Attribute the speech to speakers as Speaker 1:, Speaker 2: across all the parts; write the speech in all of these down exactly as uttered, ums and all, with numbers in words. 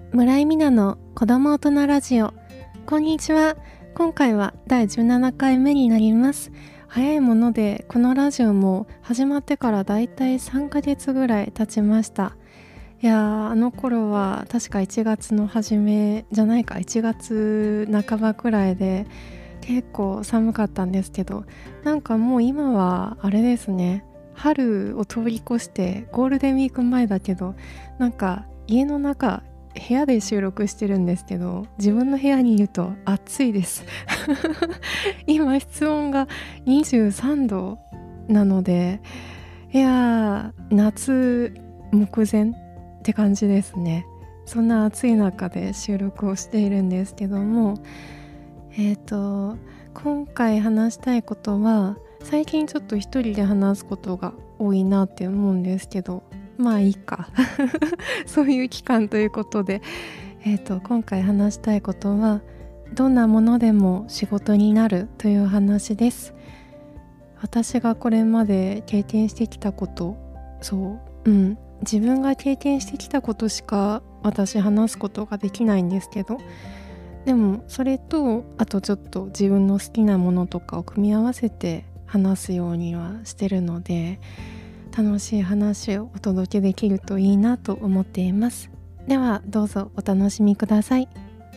Speaker 1: 村井美奈の子供大人ラジオ。こんにちは。今回はだいじゅうななかいめになります。早いものでこのラジオも始まってからだいたいさんかげつぐらい経ちました。いやーあの頃は確かいちがつの初めじゃないかいちがつなかばくらいで結構寒かったんですけど、なんかもう今はあれですね、春を通り越してゴールデンウィーク前だけど、なんか家の中部屋で収録してるんですけど、自分の部屋にいると暑いです今室温がにじゅうさんどなので、いやー夏目前って感じですね。そんな暑い中で収録をしているんですけども、えーと今回話したいことは、最近ちょっと一人で話すことが多いなって思うんですけど、まあいいかそういう期間ということで、えーと今回話したいことは、どんなものでも仕事になるという話です。私がこれまで経験してきたこと、そううん自分が経験してきたことしか私話すことができないんですけど、でもそれとあとちょっと自分の好きなものとかを組み合わせて話すようにはしてるので、楽しい話をお届けできるといいなと思っています。ではどうぞお楽しみください。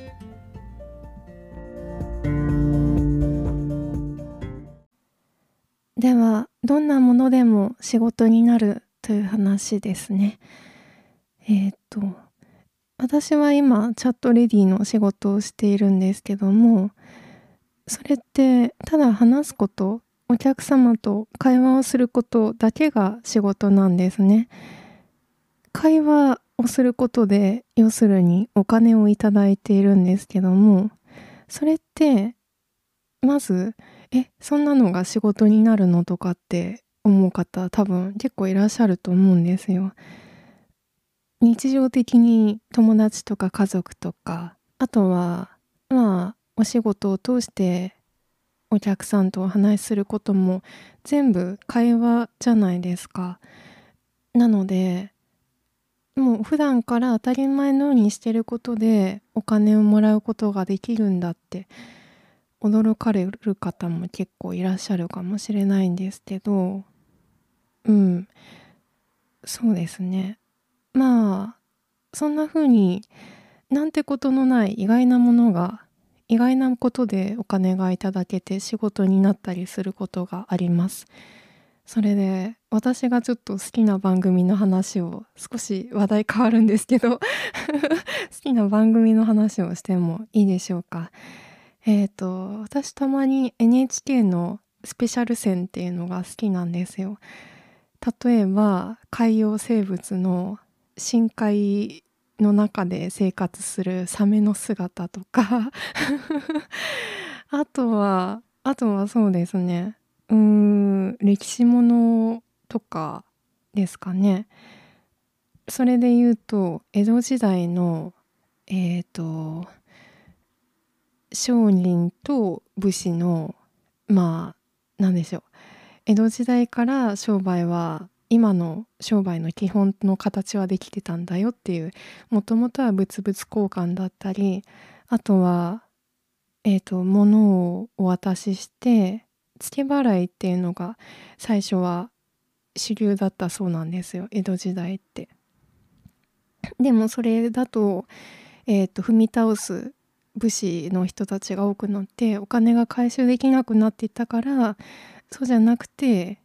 Speaker 1: ではどんなものでも仕事になるという話ですね。えっと私は今チャットレディの仕事をしているんですけども、それってただ話すこと、お客様と会話をすることだけが仕事なんですね。会話をすることで要するにお金をいただいているんですけども、それってまずえそんなのが仕事になるのとかって思う方多分結構いらっしゃると思うんですよ。日常的に友達とか家族とか、あとはまあお仕事を通してお客さんとお話しすることも全部会話じゃないですか。なのでもう普段から当たり前のようにしてることでお金をもらうことができるんだって驚かれる方も結構いらっしゃるかもしれないんですけど、うんそうですね。まあそんな風になんてことのない意外なものが、意外なことでお金がいただけて仕事になったりすることがあります。それで私がちょっと好きな番組の話を、少し話題変わるんですけど好きな番組の話をしてもいいでしょうか。えっと私たまに エヌエイチケー のスペシャル線っていうのが好きなんですよ。例えば海洋生物の深海の中で生活するサメの姿とかあとはあとはそうですね、うーん歴史ものとかですかね。それで言うと江戸時代のえっと商人と武士の、まあなんでしょう、江戸時代から商売は今の商売の基本の形はできてたんだよっていう、もともとは物々交換だったり、あとはえっと物をお渡しして付け払いっていうのが最初は主流だったそうなんですよ、江戸時代って。でもそれだと、えっと踏み倒す武士の人たちが多くなってお金が回収できなくなっていったから、そうじゃなくて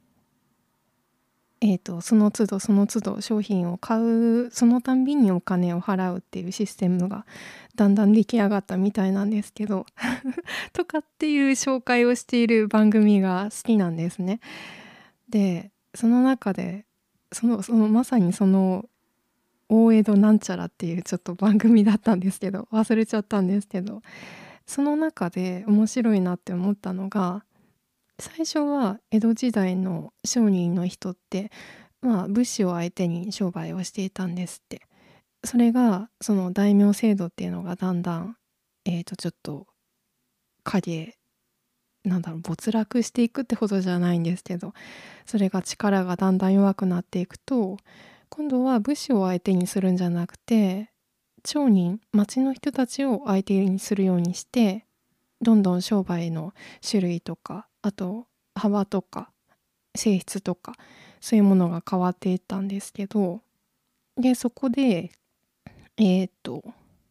Speaker 1: えーと、その都度その都度商品を買う、そのたんびにお金を払うっていうシステムがだんだん出来上がったみたいなんですけどとかっていう紹介をしている番組が好きなんですね。でその中でそのそのまさにその大江戸なんちゃらっていうちょっと番組だったんですけど、忘れちゃったんですけど、その中で面白いなって思ったのが、最初は江戸時代の商人の人って、まあ、武士を相手に商売をしていたんですって。それがその大名制度っていうのがだんだん、えー、とちょっと影なんだろう没落していくってほどじゃないんですけど、それが力がだんだん弱くなっていくと、今度は武士を相手にするんじゃなくて町人、町の人たちを相手にするようにして、どんどん商売の種類とか、あと幅とか性質とか、そういうものが変わっていったんですけど、でそこでえーっと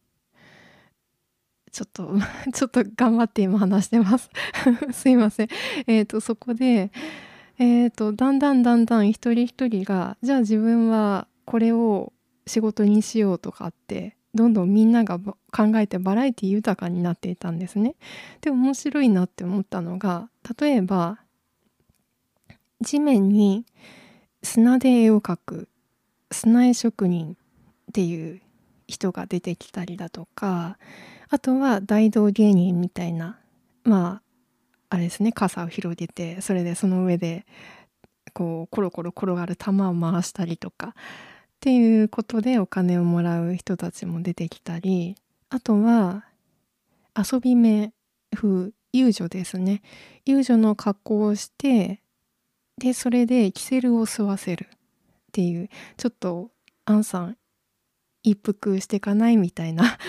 Speaker 1: ちょっとちょっと頑張って今話してますすいません。えーっとそこでえーとだんだんだんだん一人一人が、じゃあ自分はこれを仕事にしようとかってどんどんみんながば考えてバラエティ豊かになっていたんですね。で面白いなって思ったのが、例えば地面に砂で絵を描く砂絵職人っていう人が出てきたりだとか、あとは大道芸人みたいな、まああれですね、傘を広げてそれでその上でこうコロコロ転がる玉を回したりとかっていうことでお金をもらう人たちも出てきたり、あとは遊び目風遊女ですね。遊女の格好をして、でそれでキセルを吸わせるっていう、ちょっとアンさん一服してかないみたいな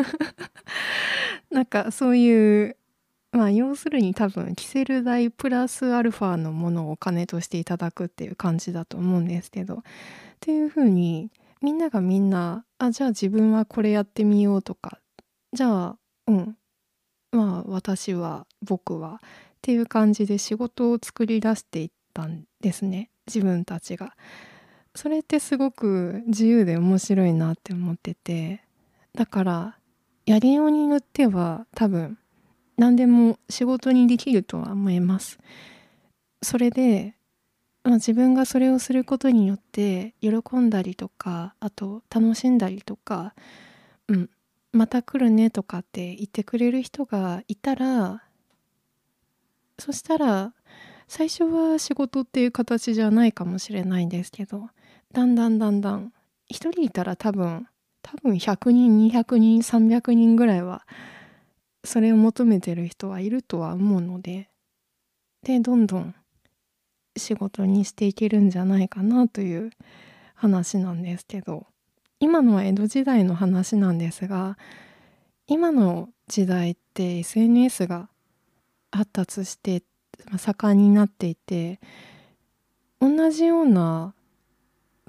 Speaker 1: なんかそういう、まあ要するに多分キセル代プラスアルファのものをお金としていただくっていう感じだと思うんですけど、っていう風にみんながみんな、あ、じゃあ自分はこれやってみようとか、じゃあうんまあ私は僕はっていう感じで仕事を作り出していったんですね、自分たちが。それってすごく自由で面白いなって思ってて、だからやりようによっては多分何でも仕事にできるとは思います。それで、まあ、自分がそれをすることによって喜んだりとか、あと楽しんだりとか、うん、また来るねとかって言ってくれる人がいたら、そしたら最初は仕事っていう形じゃないかもしれないんですけど、だんだんだんだん一人いたら多分多分ひゃくにんにひゃくにんさんびゃくにんぐらいはそれを求めてる人はいるとは思うので、でどんどん仕事にしていけるんじゃないかなという話なんですけど、今のは江戸時代の話なんですが、今の時代って エスエヌエス が発達して、まあ、盛んになっていて、同じような、うん、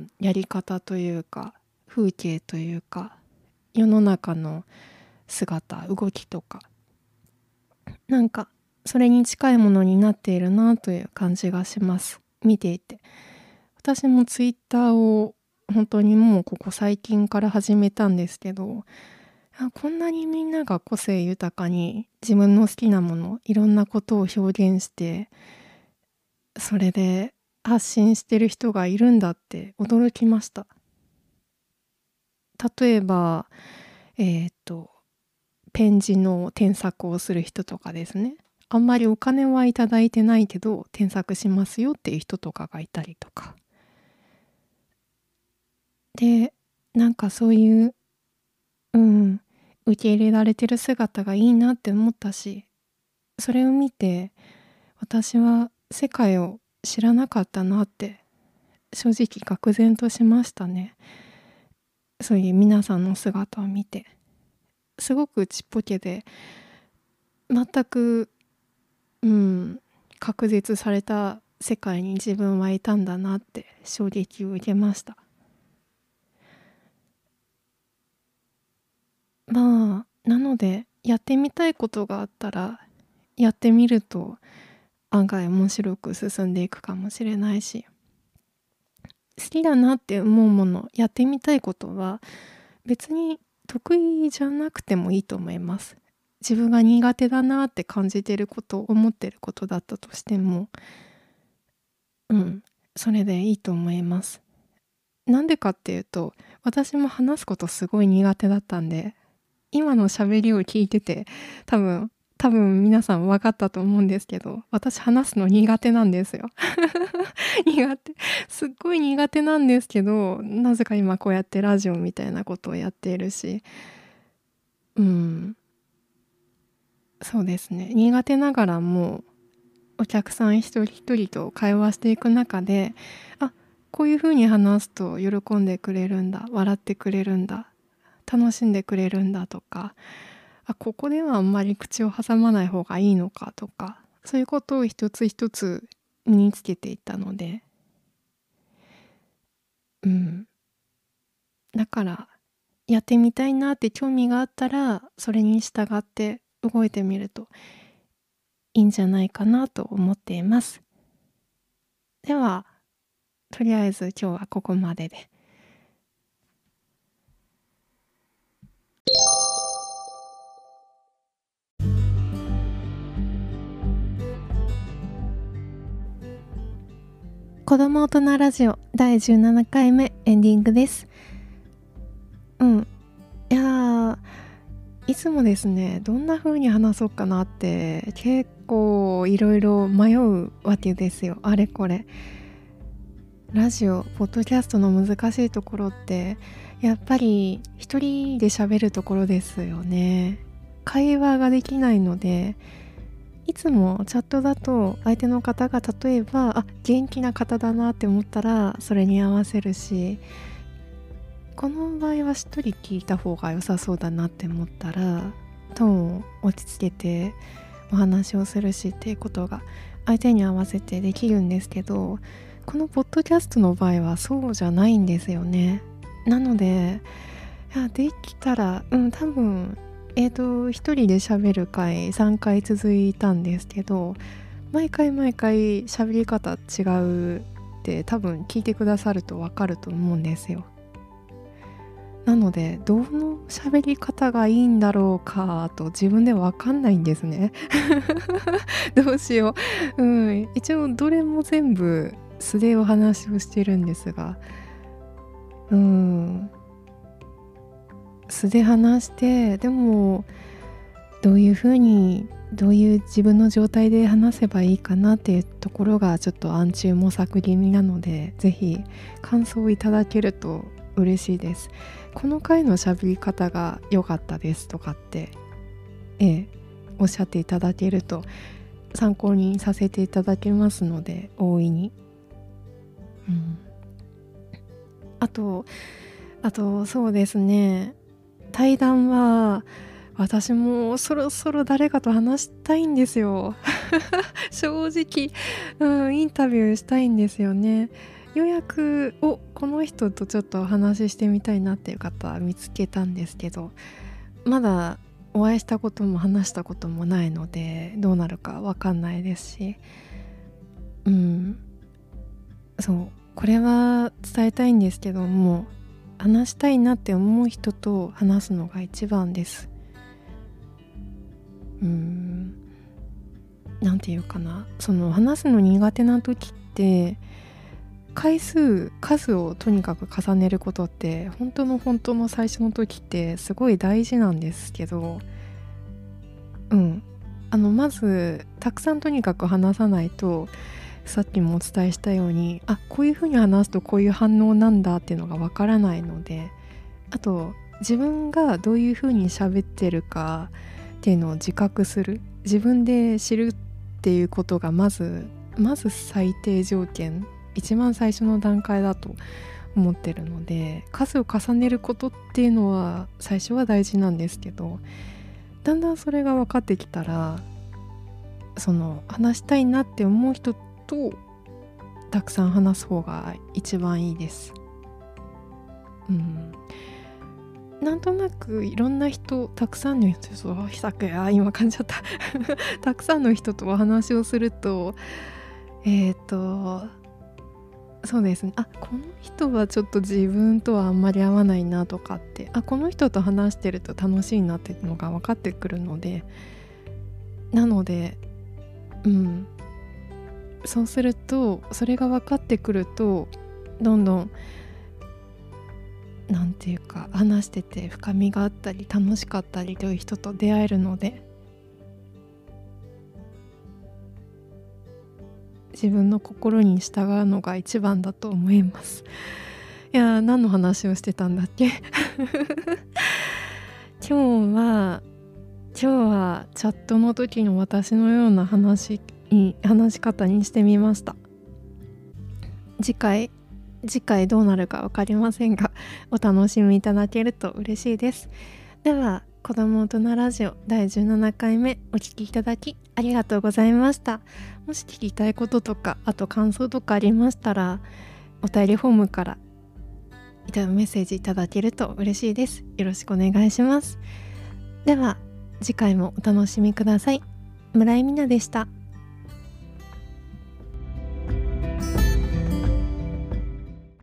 Speaker 1: やり方というか風景というか世の中の姿動きとか、なんかそれに近いものになっているなという感じがします、見ていて。私もツイッターを本当にもうここ最近から始めたんですけど、あ、こんなにみんなが個性豊かに自分の好きなものいろんなことを表現してそれで発信してる人がいるんだって驚きました。例えばえっとペン字の添削をする人とかですね、あんまりお金はいただいてないけど添削しますよっていう人とかがいたりとかで、なんかそういううん受け入れられてる姿がいいなって思ったし、それを見て私は世界を知らなかったなって正直愕然としましたね。そういう皆さんの姿を見て、すごくちっぽけで全くうん隔絶された世界に自分はいたんだなって衝撃を受けました。まあなのでやってみたいことがあったらやってみると案外面白く進んでいくかもしれないし、好きだなって思うもの、やってみたいことは別に得意じゃなくてもいいと思います。自分が苦手だなって感じてること、思ってることだったとしても、うんそれでいいと思います。なんでかっていうと、私も話すことすごい苦手だったんで、今の喋りを聞いてて多分多分皆さん分かったと思うんですけど、私話すの苦手なんですよ苦手、すっごい苦手なんですけど、なぜか今こうやってラジオみたいなことをやっているし、うんそうですね、苦手ながらもお客さん一人一人と会話していく中で、あ、こういうふうに話すと喜んでくれるんだ、笑ってくれるんだ楽しんでくれるんだとか、あ、ここではあんまり口を挟まない方がいいのかとか、そういうことを一つ一つ身につけていったので、うん。だからやってみたいなって興味があったら、それに従って動いてみるといいんじゃないかなと思っています。では、とりあえず今日はここまでで。子供大人ラジオだいじゅうななかいめエンディングです。うん。いやー、いつもですね、どんな風に話そうかなって結構いろいろ迷うわけですよ。あれこれ。ラジオ、ポッドキャストの難しいところってやっぱり一人で喋るところですよね。会話ができないので、いつもチャットだと相手の方が例えばあ元気な方だなって思ったらそれに合わせるし、この場合は一人聞いた方が良さそうだなって思ったらトーンを落ち着けてお話をするしっていうことが相手に合わせてできるんですけど、このポッドキャストの場合はそうじゃないんですよね。なので、いやできたらうん多分えーと一人で喋る回さんかい続いたんですけど、毎回毎回喋り方違うって多分聞いてくださると分かると思うんですよ。なのでどの喋り方がいいんだろうかと自分で分かんないんですね。どうしよう、うん、一応どれも全部素でお話をしてるんですが、うん素で話して、でもどういうふうにどういう自分の状態で話せばいいかなっていうところがちょっと暗中模索気味なので、ぜひ感想をいただけると嬉しいです。この回の喋り方が良かったですとかってええおっしゃっていただけると参考にさせていただけますので、大いに、うん、あとあとそうですね、対談は私もそろそろ誰かと話したいんですよ。正直、うん、インタビューしたいんですよね。ようやくおこの人とちょっとお話ししてみたいなっていう方見つけたんですけど、まだお会いしたことも話したこともないのでどうなるかわかんないですし、うんそうこれは伝えたいんですけども、話したいなって思う人と話すのが一番です。うーんなんていうかな、その話すの苦手な時って回数数をとにかく重ねることって本当の本当の最初の時ってすごい大事なんですけど、うんあのまずたくさんとにかく話さないと、さっきもお伝えしたようにあこういうふうに話すとこういう反応なんだっていうのがわからないので、あと自分がどういうふうに喋ってるかっていうのを自覚する、自分で知るっていうことがまずまず最低条件、一番最初の段階だと思ってるので、数を重ねることっていうのは最初は大事なんですけど、だんだんそれが分かってきたら、その話したいなって思う人とたくさん話す方が一番いいです。うんなんとなくいろんな人たくさんの人としたくあ今感じちゃったたくさんの人とお話をするとえっ、ー、とそうですね、あこの人はちょっと自分とはあんまり合わないなとかって、あこの人と話してると楽しいなっていうのが分かってくるので、なのでうんそうするとそれが分かってくるとどんどんなんていうか話してて深みがあったり楽しかったりという人と出会えるので、自分の心に従うのが一番だと思います。いやー何の話をしてたんだっけ今日は今日はチャットの時の私のような話に話し方にしてみました。次回次回どうなるか分かりませんがお楽しみいただけると嬉しいです。では子ども大人ラジオだいじゅうななかいめお聞きいただきありがとうございました。もし聞きたいこととかあと感想とかありましたらお便りフォームからいたメッセージいただけると嬉しいです。よろしくお願いします。では次回もお楽しみください。村井美奈でした。